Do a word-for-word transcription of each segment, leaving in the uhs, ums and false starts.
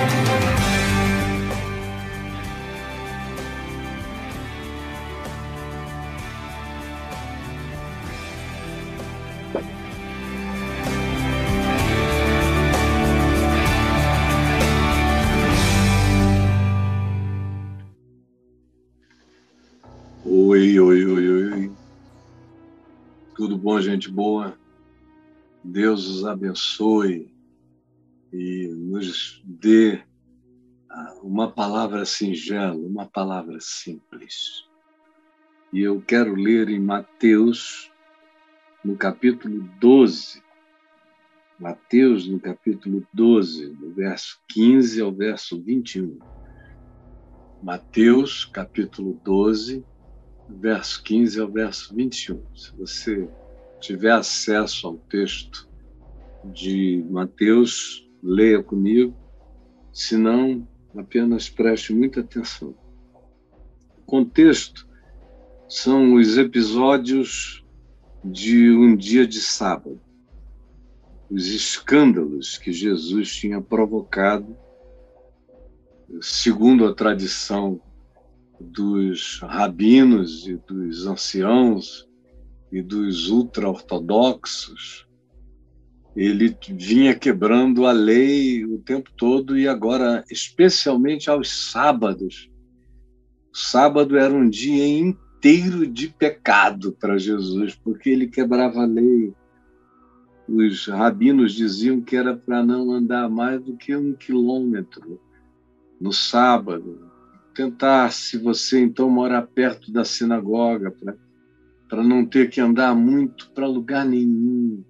Oi, oi, oi, oi. Tudo bom, gente boa? Deus os abençoe e nos dê uma palavra singela, uma palavra simples. E eu quero ler em Mateus, no capítulo doze. Mateus, no capítulo doze, do verso quinze ao verso vinte e um. Mateus, capítulo doze, verso quinze ao verso vinte e um. Se você tiver acesso ao texto de Mateus, leia comigo, se não, apenas preste muita atenção. O contexto são os episódios de um dia de sábado, os escândalos que Jesus tinha provocado, segundo a tradição dos rabinos e dos anciãos e dos ultra-ortodoxos. Ele vinha quebrando a lei o tempo todo e agora, especialmente aos sábados. O sábado era um dia inteiro de pecado para Jesus, porque ele quebrava a lei. Os rabinos diziam que era para não andar mais do que um quilômetro no sábado. Tentar, se você então morar perto da sinagoga, para não ter que andar muito para lugar nenhum.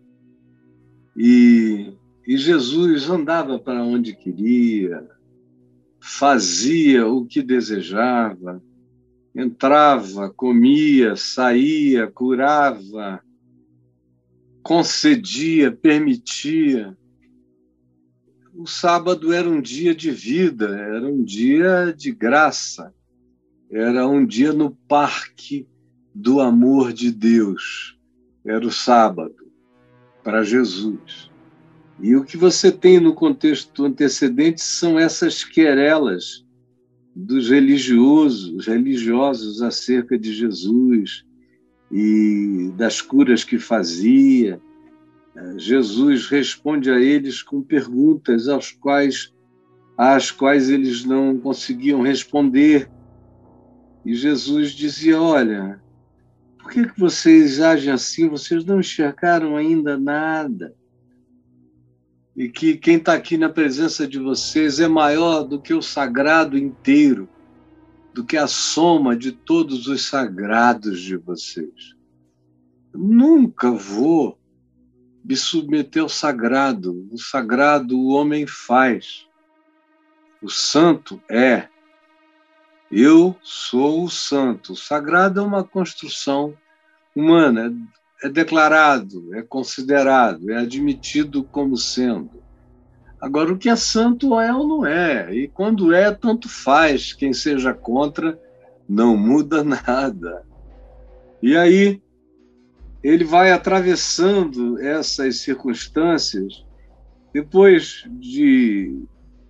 E, e Jesus andava para onde queria, fazia o que desejava, entrava, comia, saía, curava, concedia, permitia. O sábado era um dia de vida, era um dia de graça, era um dia no parque do amor de Deus. Era o sábado para Jesus. E o que você tem no contexto antecedente são essas querelas dos religiosos, religiosos acerca de Jesus e das curas que fazia. Jesus responde a eles com perguntas aos quais, às quais eles não conseguiam responder. E Jesus dizia, olha, por que que vocês agem assim? Vocês não enxergaram ainda nada. E que quem está aqui na presença de vocês é maior do que o sagrado inteiro, do que a soma de todos os sagrados de vocês. Eu nunca vou me submeter ao sagrado. O sagrado o homem faz. O santo é. Eu sou o santo. O sagrado é uma construção humana, é declarado, é considerado, é admitido como sendo. Agora, o que é santo é ou não é, e quando é, tanto faz. Quem seja contra não muda nada. E aí, ele vai atravessando essas circunstâncias, depois de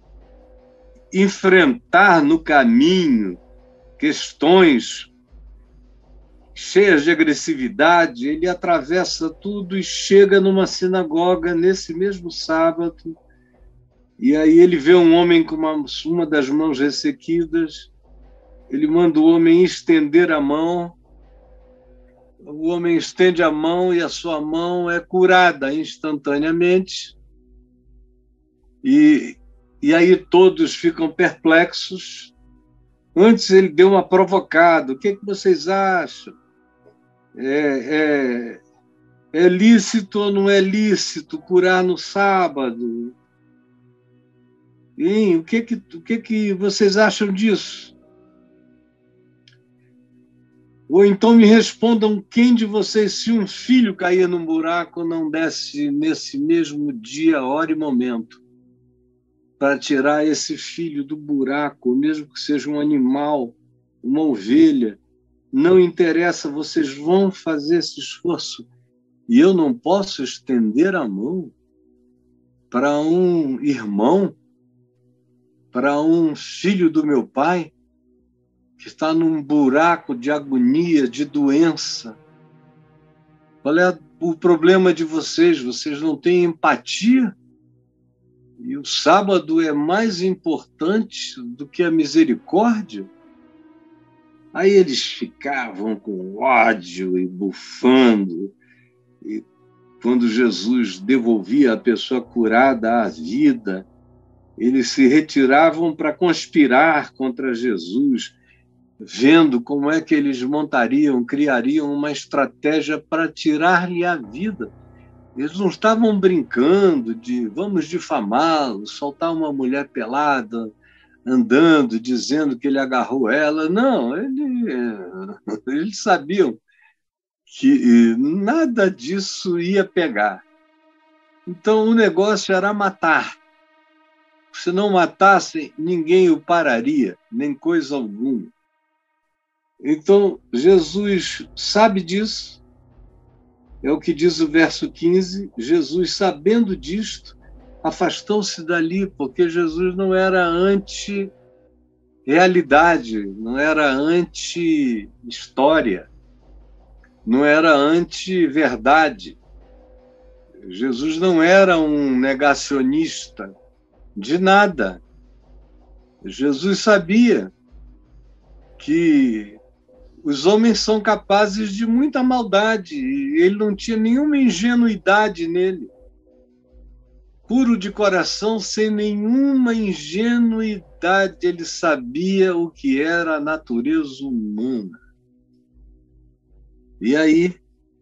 enfrentar no caminho questões cheias de agressividade, ele atravessa tudo e chega numa sinagoga nesse mesmo sábado, e aí ele vê um homem com uma, uma das mãos ressequidas, ele manda o homem estender a mão, o homem estende a mão e a sua mão é curada instantaneamente, e, e aí todos ficam perplexos. Antes ele deu uma provocada, o que, é que vocês acham? É, é, é lícito ou não é lícito curar no sábado? Hein? O, que, que, o que, que vocês acham disso? Ou então me respondam, quem de vocês, se um filho cair num buraco, não desce nesse mesmo dia, hora e momento, para tirar esse filho do buraco, mesmo que seja um animal, uma ovelha, não interessa, vocês vão fazer esse esforço. E eu não posso estender a mão para um irmão? para um filho do meu pai que está num buraco de agonia, de doença? Qual é o problema de vocês? Vocês não têm empatia? E o sábado é mais importante do que a misericórdia? Aí eles ficavam com ódio e bufando. E quando Jesus devolvia a pessoa curada à vida, eles se retiravam para conspirar contra Jesus, vendo como é que eles montariam, criariam uma estratégia para tirar-lhe a vida. Eles não estavam brincando de vamos difamá-lo, soltar uma mulher pelada, andando, dizendo que ele agarrou ela. Não, ele, eles sabiam que nada disso ia pegar. Então o negócio era matar. Se não matassem, ninguém o pararia, nem coisa alguma. Então, Jesus sabe disso, é o que diz o verso quinze, Jesus, sabendo disto, afastou-se dali, porque Jesus não era anti-realidade, não era anti-história, não era anti-verdade. Jesus não era um negacionista de nada. Jesus sabia que os homens são capazes de muita maldade, e ele não tinha nenhuma ingenuidade nele. Puro de coração, sem nenhuma ingenuidade, ele sabia o que era a natureza humana. E aí,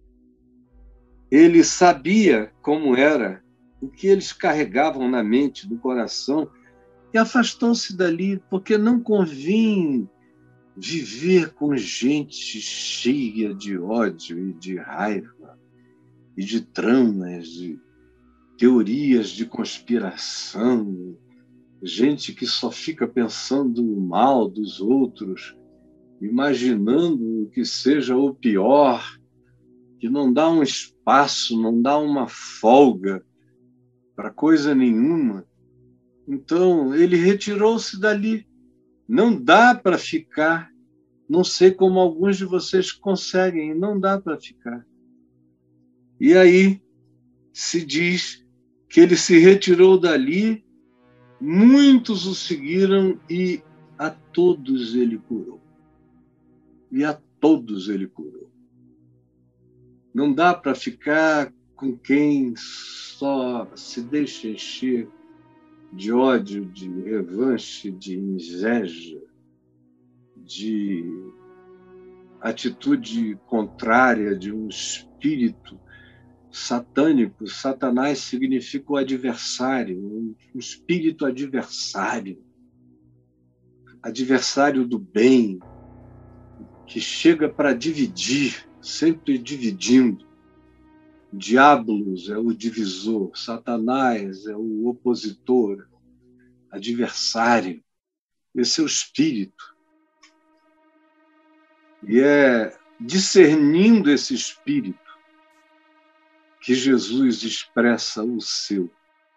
ele sabia como era, o que eles carregavam na mente, no coração, e afastou-se dali, porque não convinha viver com gente cheia de ódio e de raiva, e de tramas, de teorias de conspiração, gente que só fica pensando o mal dos outros, imaginando que seja o pior, que não dá um espaço, não dá uma folga para coisa nenhuma. Então, ele retirou-se dali. Não dá para ficar. Não sei como alguns de vocês conseguem, não dá para ficar. E aí se diz que ele se retirou dali, muitos o seguiram e a todos ele curou. E a todos ele curou. Não dá para ficar com quem só se deixa encher de ódio, de revanche, de inveja, de atitude contrária, de um espírito satânico. Satanás significa o adversário, um espírito adversário, adversário do bem, que chega para dividir, sempre dividindo. Diabolos é o divisor, Satanás é o opositor, adversário. Esse é o espírito. E é discernindo esse espírito que Jesus expressa o seu.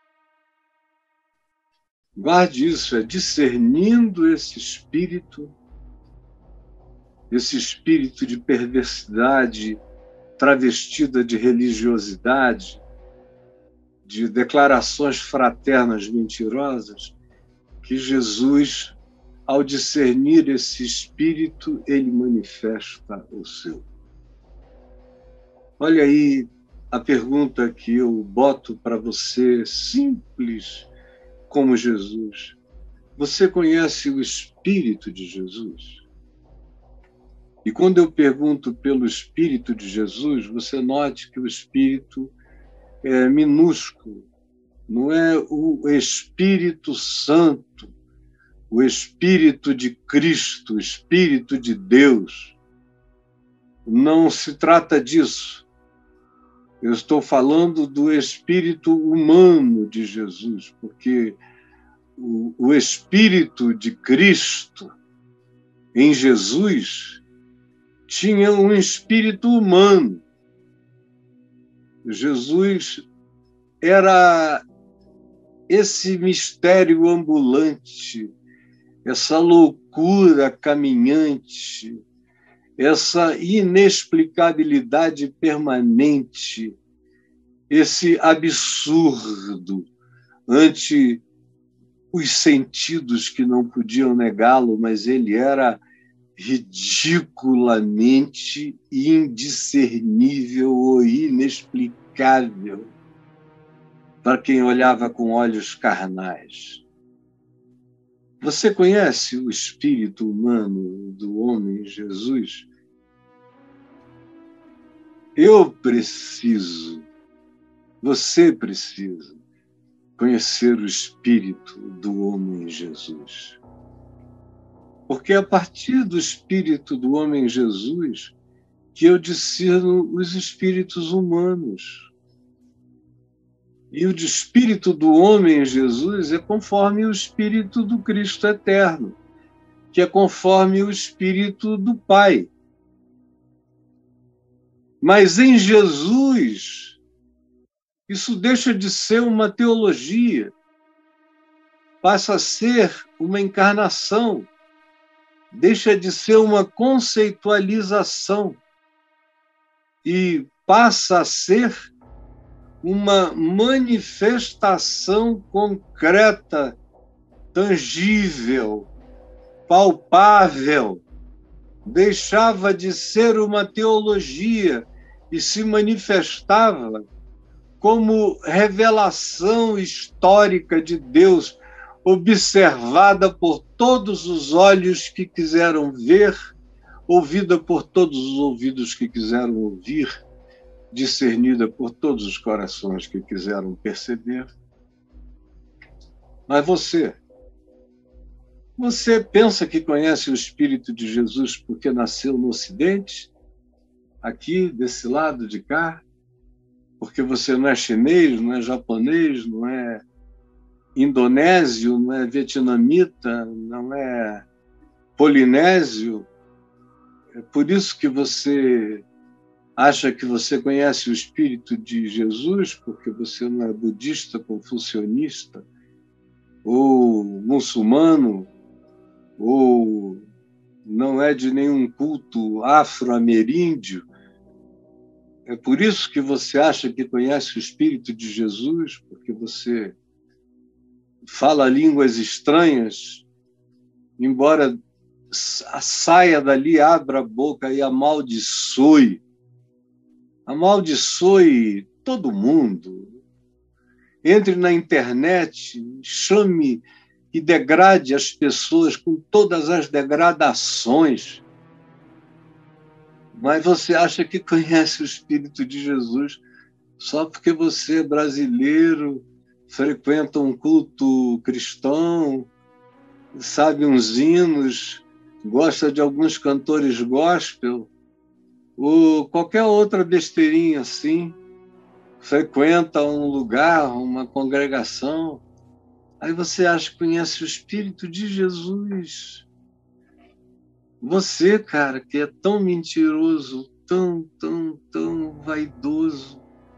Guarde isso, é discernindo esse espírito, esse espírito de perversidade travestida de religiosidade, de declarações fraternas mentirosas, que Jesus, ao discernir esse espírito, ele manifesta o seu. Olha aí a pergunta que eu boto para você, simples como Jesus. Você conhece o Espírito de Jesus? E quando eu pergunto pelo Espírito de Jesus, você note que o Espírito é minúsculo. Não é o Espírito Santo, o Espírito de Cristo, o Espírito de Deus. Não se trata disso. Eu estou falando do espírito humano de Jesus, porque o, o Espírito de Cristo em Jesus tinha um espírito humano. Jesus era esse mistério ambulante, essa loucura caminhante, essa inexplicabilidade permanente, esse absurdo ante os sentidos que não podiam negá-lo, mas ele era ridiculamente indiscernível ou inexplicável para quem olhava com olhos carnais. Você conhece o espírito humano do homem Jesus? Eu preciso, você precisa conhecer o espírito do homem Jesus. Porque é a partir do espírito do homem Jesus que eu discerno os espíritos humanos. E o espírito do homem Jesus é conforme o espírito do Cristo eterno, que é conforme o espírito do Pai. Mas em Jesus, isso deixa de ser uma teologia, passa a ser uma encarnação, deixa de ser uma conceitualização e passa a ser uma manifestação concreta, tangível, palpável. Deixava de ser uma teologia e se manifestava como revelação histórica de Deus, observada por todos os olhos que quiseram ver, ouvida por todos os ouvidos que quiseram ouvir, discernida por todos os corações que quiseram perceber. Mas você, você pensa que conhece o Espírito de Jesus porque nasceu no Ocidente, aqui, desse lado de cá, porque você não é chinês, não é japonês, não é indonésio, não é vietnamita, não é polinésio. É por isso que você acha que você conhece o Espírito de Jesus, porque você não é budista, confucionista, ou muçulmano, ou não é de nenhum culto afro-ameríndio. É por isso que você acha que conhece o Espírito de Jesus, porque você fala línguas estranhas, embora saia dali, abra a boca e amaldiçoe. Amaldiçoe todo mundo. Entre na internet, chame e degrade as pessoas com todas as degradações. Mas você acha que conhece o Espírito de Jesus só porque você é brasileiro, frequenta um culto cristão, sabe uns hinos, gosta de alguns cantores gospel, ou qualquer outra besteirinha assim, frequenta um lugar, uma congregação, aí você acha que conhece o Espírito de Jesus. Você, cara, que é tão mentiroso, tão, tão, tão vaidoso,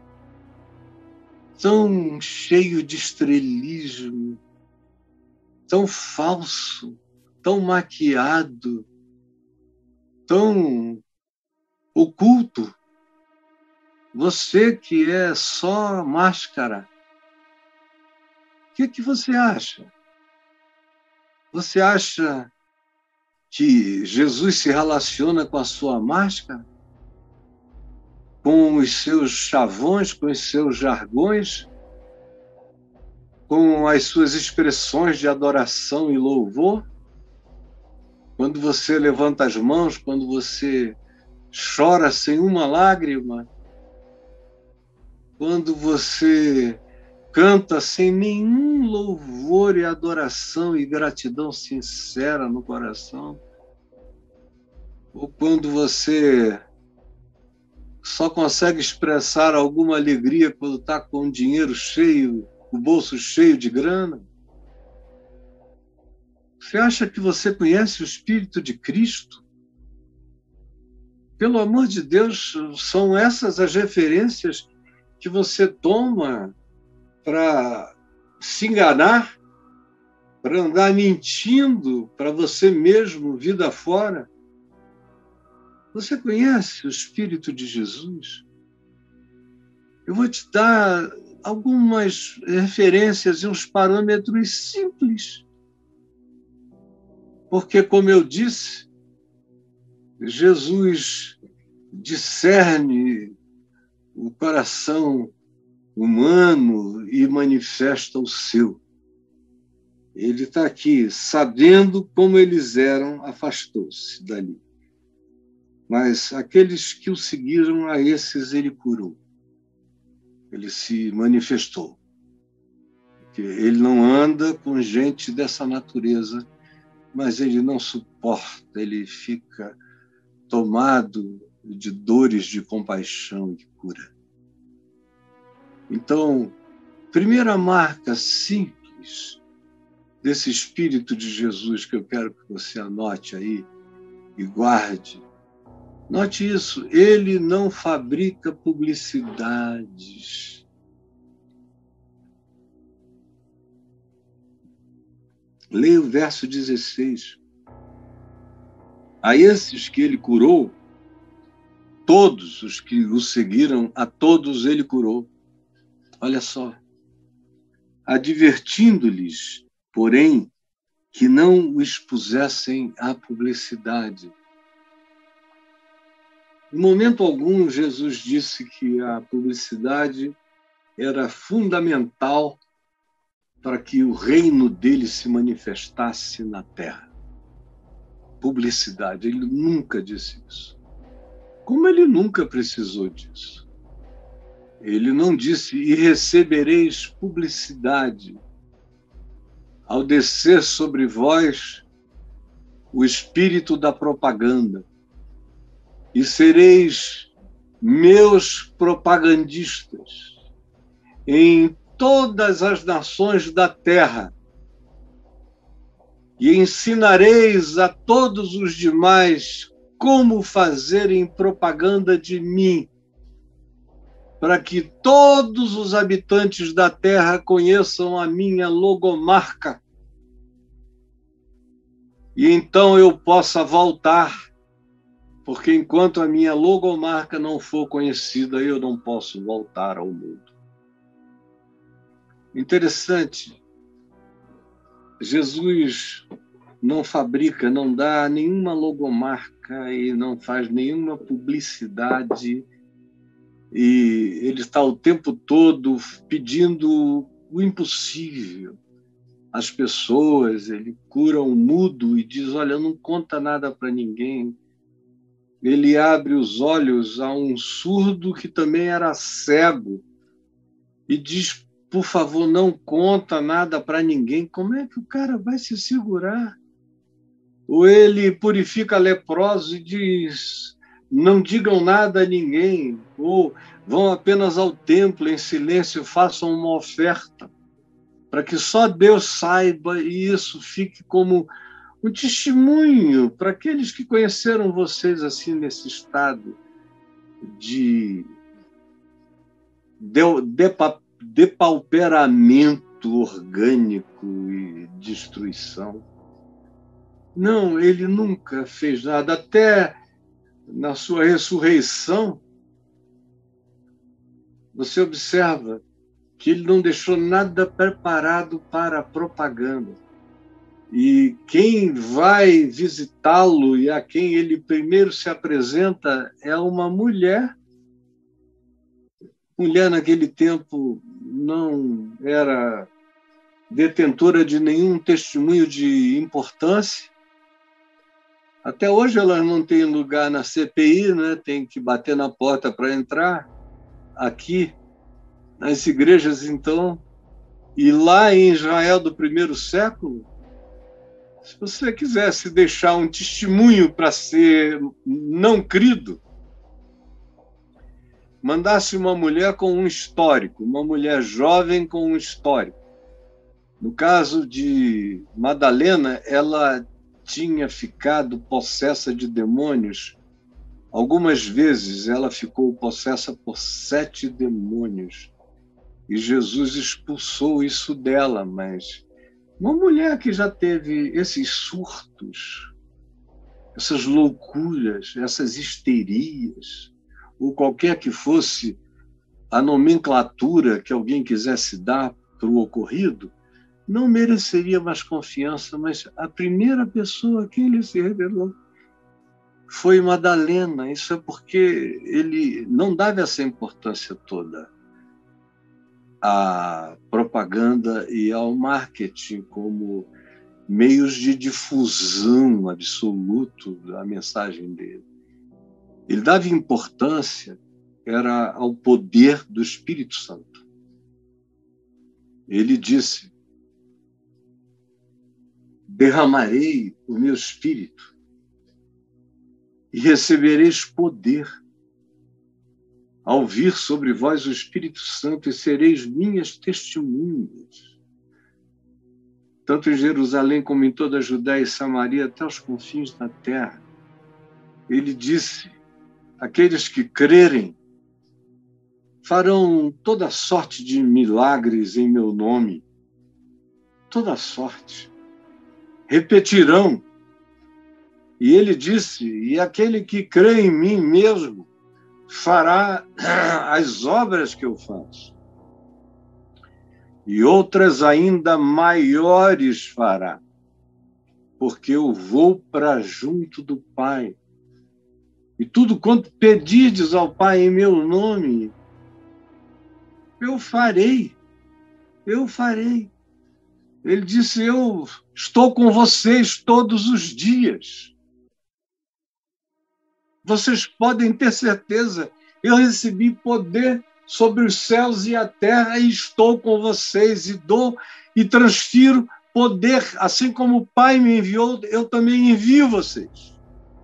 tão cheio de estrelismo, tão falso, tão maquiado, tão oculto. Você que é só máscara. O que, que você acha? Você acha que Jesus se relaciona com a sua máscara? Com os seus chavões, com os seus jargões? Com as suas expressões de adoração e louvor? Quando você levanta as mãos, quando você chora sem uma lágrima, quando você canta sem nenhum louvor e adoração e gratidão sincera no coração, ou quando você só consegue expressar alguma alegria quando está com o dinheiro cheio, o bolso cheio de grana. Você acha que você conhece o Espírito de Cristo? Pelo amor de Deus, são essas as referências que você toma para se enganar, para andar mentindo para você mesmo, vida fora. Você conhece o Espírito de Jesus? Eu vou te dar algumas referências e uns parâmetros simples. Porque, como eu disse, Jesus discerne o coração humano e manifesta o seu. Ele está aqui, sabendo como eles eram, afastou-se dali. Mas aqueles que o seguiram, a esses ele curou. Ele se manifestou. Porque ele não anda com gente dessa natureza, mas ele não suporta, ele fica tomado de dores de compaixão e cura. Então, primeira marca simples desse Espírito de Jesus que eu quero que você anote aí e guarde. Note isso, ele não fabrica publicidades. Leia o verso dezesseis. A esses que ele curou, todos os que o seguiram, a todos ele curou. Olha só. Advertindo-lhes, porém, que não o expusessem à publicidade. Em momento algum, Jesus disse que a publicidade era fundamental para que o reino dele se manifestasse na terra. Publicidade, ele nunca disse isso. Como ele nunca precisou disso? Ele não disse, e recebereis publicidade ao descer sobre vós o espírito da propaganda, e sereis meus propagandistas em todas as nações da terra, e ensinareis a todos os demais como fazerem propaganda de mim, para que todos os habitantes da terra conheçam a minha logomarca, e então eu possa voltar, porque enquanto a minha logomarca não for conhecida, eu não posso voltar ao mundo. Interessante, Jesus não fabrica, não dá nenhuma logomarca e não faz nenhuma publicidade, e ele está o tempo todo pedindo o impossível às pessoas. Ele cura um mudo e diz, olha, não conta nada para ninguém. Ele abre os olhos a um surdo que também era cego e diz, por favor, não conta nada para ninguém. Como é que o cara vai se segurar? Ou ele purifica leprosos e diz, não digam nada a ninguém, ou vão apenas ao templo em silêncio, façam uma oferta, para que só Deus saiba e isso fique como um testemunho para aqueles que conheceram vocês assim nesse estado de depauperamento orgânico e destruição. Não, ele nunca fez nada. Até na sua ressurreição, você observa que ele não deixou nada preparado para a propaganda. E quem vai visitá-lo e a quem ele primeiro se apresenta é uma mulher. Mulher, naquele tempo, não era detentora de nenhum testemunho de importância. Até hoje ela não tem lugar na C P I, né? Tem que bater na porta para entrar. Aqui, nas igrejas, então, e lá em Israel do primeiro século, se você quisesse deixar um testemunho para ser não crido, mandasse uma mulher com um histórico, uma mulher jovem com um histórico. No caso de Madalena, ela tinha ficado possessa de demônios. Algumas vezes ela ficou possessa por sete demônios. e Jesus expulsou isso dela, mas uma mulher que já teve esses surtos, essas loucuras, essas histerias, ou qualquer que fosse a nomenclatura que alguém quisesse dar para o ocorrido, não mereceria mais confiança, mas a primeira pessoa a quem ele se revelou foi Madalena. Isso é porque ele não dava essa importância toda à propaganda e ao marketing como meios de difusão absoluto da mensagem dele. Ele dava importância era ao poder do Espírito Santo. Ele disse: derramarei o meu Espírito e recebereis poder ao vir sobre vós o Espírito Santo e sereis minhas testemunhas, tanto em Jerusalém como em toda a Judéia e Samaria, até os confins da terra. Ele disse: aqueles que crerem farão toda sorte de milagres em meu nome, toda sorte. Repetirão. E ele disse: e aquele que crê em mim mesmo fará as obras que eu faço, e outras ainda maiores fará, porque eu vou para junto do Pai. E tudo quanto pedirdes ao Pai em meu nome, eu farei, eu farei. Ele disse: eu estou com vocês todos os dias. Vocês podem ter certeza, eu recebi poder sobre os céus e a terra e estou com vocês e dou e transfiro poder, assim como o Pai me enviou, eu também envio vocês.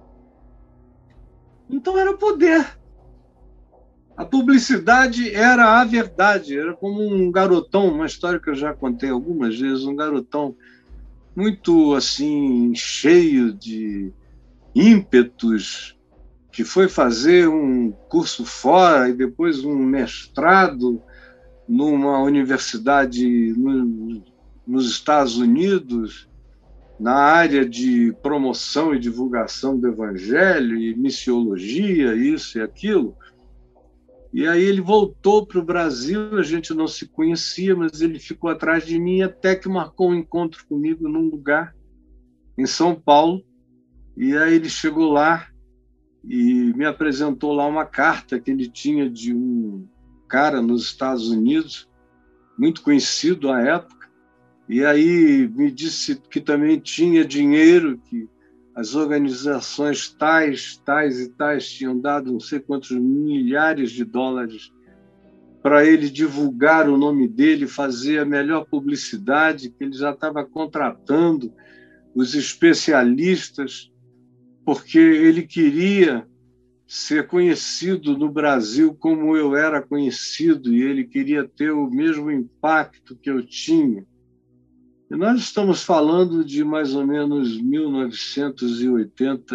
Então era poder. A publicidade era a verdade, era como um garotão, uma história que eu já contei algumas vezes, um garotão muito assim, cheio de ímpetos, que foi fazer um curso fora e depois um mestrado numa universidade no, nos Estados Unidos, na área de promoção e divulgação do evangelho e missiologia, isso e aquilo. E aí ele voltou para o Brasil, a gente não se conhecia, mas ele ficou atrás de mim até que marcou um encontro comigo num lugar, em São Paulo. E aí ele chegou lá e me apresentou lá uma carta que ele tinha de um cara nos Estados Unidos, muito conhecido à época, e aí me disse que também tinha dinheiro, que as organizações tais, tais e tais tinham dado não sei quantos milhares de dólares para ele divulgar o nome dele, fazer a melhor publicidade, que ele já estava contratando os especialistas, porque ele queria ser conhecido no Brasil como eu era conhecido, e ele queria ter o mesmo impacto que eu tinha. E nós estamos falando de mais ou menos mil novecentos e oitenta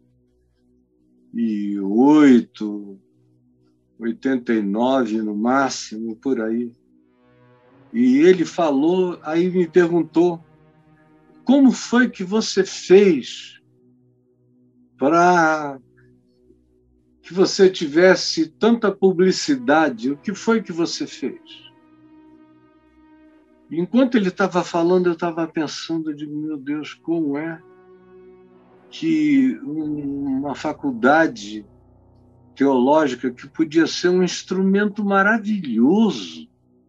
e oito, oitenta e nove no máximo, por aí. E ele falou, aí me perguntou: como foi que você fez para que você tivesse tanta publicidade? O que foi que você fez? Enquanto ele estava falando, eu estava pensando, eu digo, meu Deus, como é que uma faculdade teológica, que podia ser um instrumento maravilhoso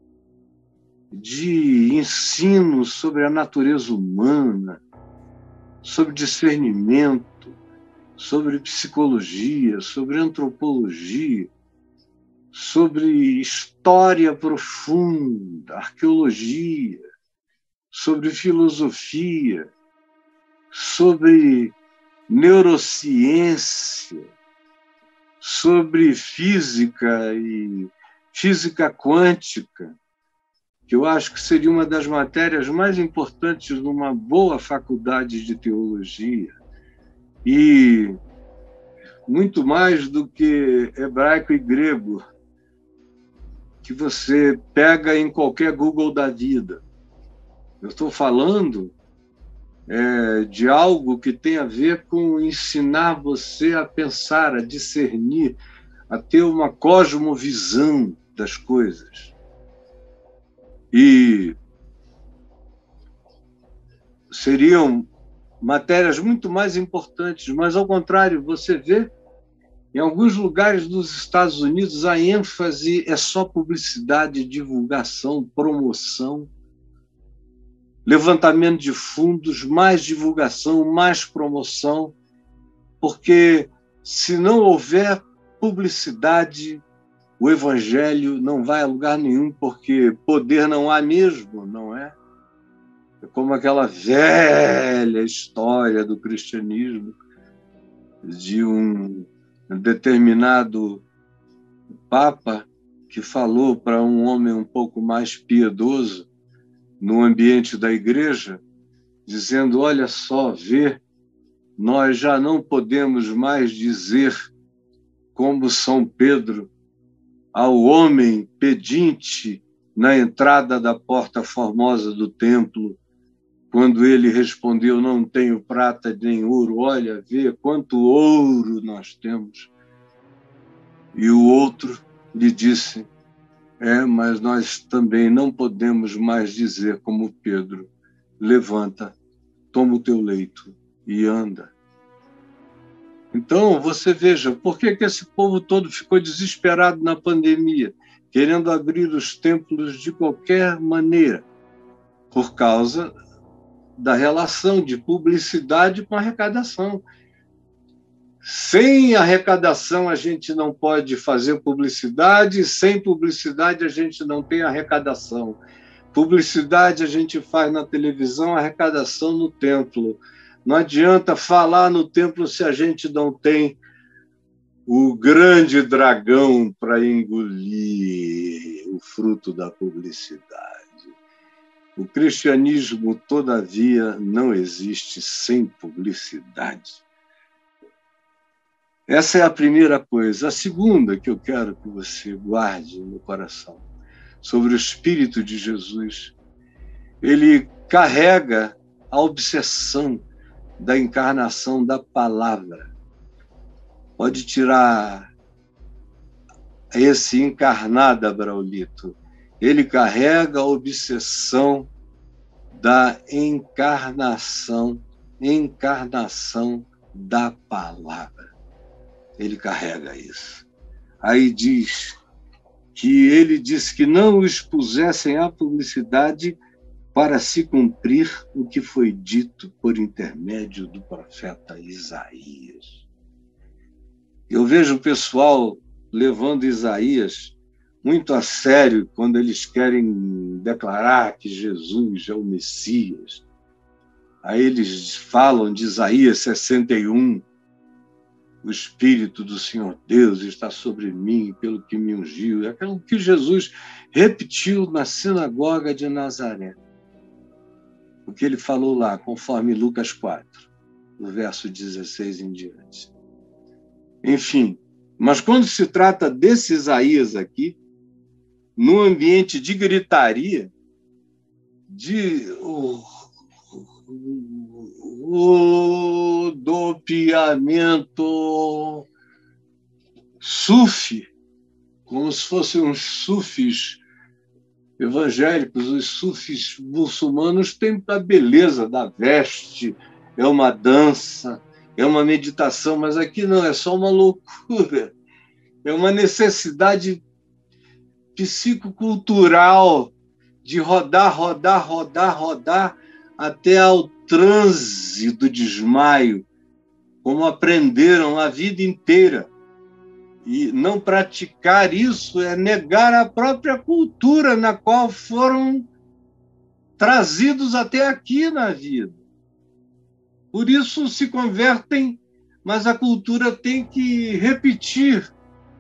de ensino sobre a natureza humana, sobre discernimento, sobre psicologia, sobre antropologia, sobre história profunda, arqueologia, sobre filosofia, sobre neurociência, sobre física e física quântica, que eu acho que seria uma das matérias mais importantes numa boa faculdade de teologia, e muito mais do que hebraico e grego. que você pega em qualquer Google da vida. Eu estou falando é, de algo que tem a ver com ensinar você a pensar, a discernir, a ter uma cosmovisão das coisas. E seriam matérias muito mais importantes, mas, ao contrário, você vê, em alguns lugares dos Estados Unidos, a ênfase é só publicidade, divulgação, promoção, levantamento de fundos, mais divulgação, mais promoção, porque se não houver publicidade, o evangelho não vai a lugar nenhum, porque poder não há mesmo, não é? É como aquela velha história do cristianismo de um determinado papa que falou para um homem um pouco mais piedoso no ambiente da igreja, dizendo: olha só, vê, nós já não podemos mais dizer como São Pedro ao homem pedinte na entrada da porta formosa do templo, quando ele respondeu: não tenho prata nem ouro, olha, vê quanto ouro nós temos. E o outro lhe disse: é, mas nós também não podemos mais dizer como Pedro: levanta, toma o teu leito e anda. Então, você veja, por que que esse povo todo ficou desesperado na pandemia, querendo abrir os templos de qualquer maneira? Por causa da relação de publicidade com arrecadação. Sem arrecadação, a gente não pode fazer publicidade, sem publicidade, a gente não tem arrecadação. Publicidade a gente faz na televisão, arrecadação no templo. Não adianta falar no templo se a gente não tem o grande dragão para engolir o fruto da publicidade. O cristianismo, todavia, não existe sem publicidade. Essa é a primeira coisa. A segunda que eu quero que você guarde no coração, sobre o Espírito de Jesus, ele carrega a obsessão da encarnação da palavra. Pode tirar esse encarnada, Braulito. Ele carrega a obsessão da encarnação, encarnação da palavra. Ele carrega isso. Aí diz que ele disse que não o expusessem à publicidade para se cumprir o que foi dito por intermédio do profeta Isaías. Eu vejo o pessoal levando Isaías muito a sério quando eles querem declarar que Jesus é o Messias. Aí eles falam de Isaías sessenta e um, o Espírito do Senhor Deus está sobre mim, pelo que me ungiu. É aquilo que Jesus repetiu na sinagoga de Nazaré. O que ele falou lá, conforme Lucas quatro, no verso dezesseis em diante. Enfim, mas quando se trata desse Isaías aqui, num ambiente de gritaria, de rodopiamento sufi, como se fossem uns sufis evangélicos, os sufis muçulmanos têm a beleza da veste, é uma dança, é uma meditação, mas aqui não, é só uma loucura, é uma necessidade psicocultural de rodar, rodar, rodar, rodar até ao transe do desmaio, como aprenderam a vida inteira. E não praticar isso é negar a própria cultura na qual foram trazidos até aqui na vida. Por isso se convertem, mas a cultura tem que repetir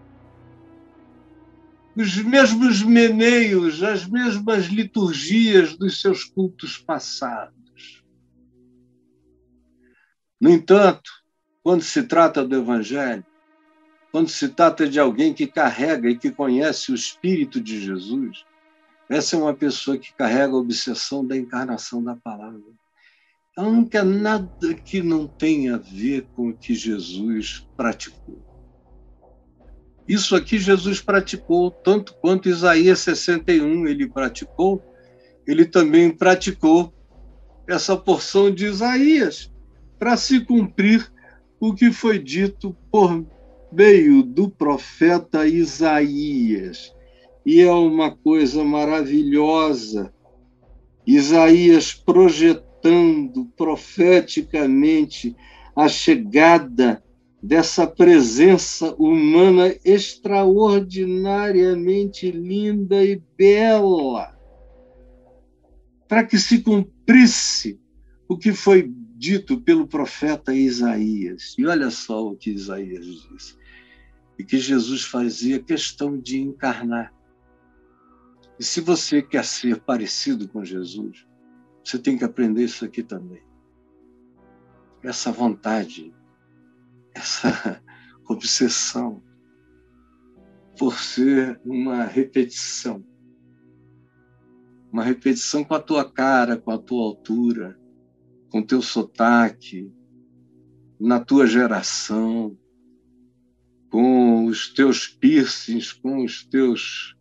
os mesmos meneios, as mesmas liturgias dos seus cultos passados. No entanto, quando se trata do Evangelho, quando se trata de alguém que carrega e que conhece o Espírito de Jesus, essa é uma pessoa que carrega a obsessão da encarnação da palavra. Ela não quer nada que não tenha a ver com o que Jesus praticou. Isso aqui Jesus praticou, tanto quanto Isaías sessenta e um ele praticou, ele também praticou essa porção de Isaías, para se cumprir o que foi dito por meio do profeta Isaías. E é uma coisa maravilhosa, Isaías projetando profeticamente a chegada dessa presença humana extraordinariamente linda e bela, para que se cumprisse o que foi dito pelo profeta Isaías. E olha só o que Isaías disse, e que Jesus fazia questão de encarnar. E se você quer ser parecido com Jesus, você tem que aprender isso aqui também. Essa vontade, essa obsessão por ser uma repetição. Uma repetição com a tua cara, com a tua altura, com o teu sotaque, na tua geração, com os teus piercings, com os teus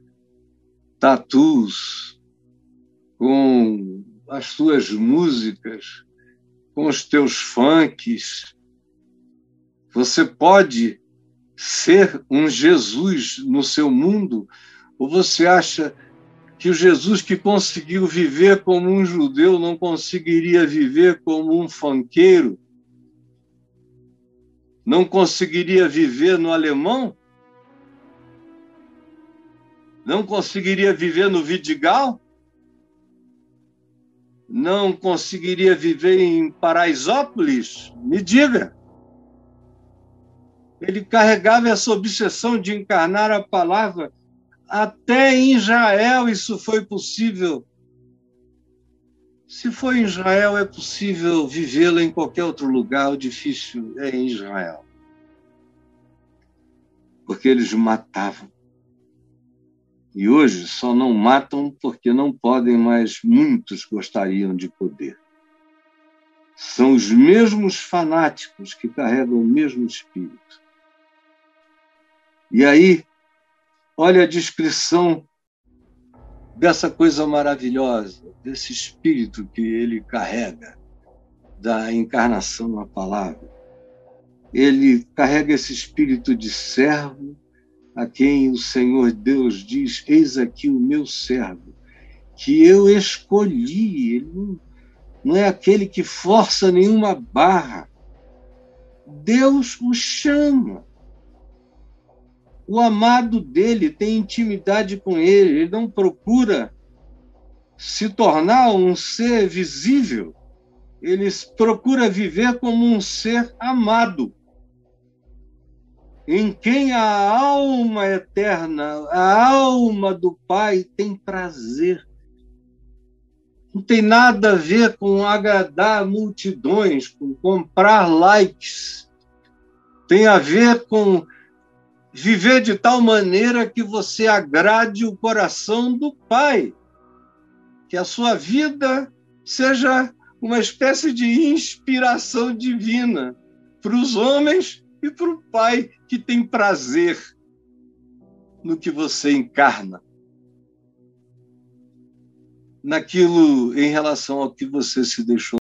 tatus, com as tuas músicas, com os teus funks. Você pode ser um Jesus no seu mundo, ou você acha que o Jesus que conseguiu viver como um judeu não conseguiria viver como um funkeiro? Não conseguiria viver no alemão? Não conseguiria viver no Vidigal? Não conseguiria viver em Paraisópolis? Me diga. Ele carregava essa obsessão de encarnar a palavra. Até em Israel isso foi possível. Se foi em Israel, é possível vivê-la em qualquer outro lugar. O difícil é em Israel. Porque eles matavam. E hoje só não matam porque não podem, mas muitos gostariam de poder. São os mesmos fanáticos que carregam o mesmo espírito. E aí, olha a descrição dessa coisa maravilhosa, desse espírito que ele carrega, da encarnação na palavra. Ele carrega esse espírito de servo, a quem o Senhor Deus diz, eis aqui o meu servo, que eu escolhi. Ele não, não é aquele que força nenhuma barra. Deus o chama. O amado dele tem intimidade com ele, ele não procura se tornar um ser visível, ele procura viver como um ser amado, em quem a alma eterna, a alma do Pai tem prazer. Não tem nada a ver com agradar multidões, com comprar likes. Tem a ver com viver de tal maneira que você agrade o coração do Pai. Que a sua vida seja uma espécie de inspiração divina para os homens e para o Pai que tem prazer no que você encarna. Naquilo em relação ao que você se deixou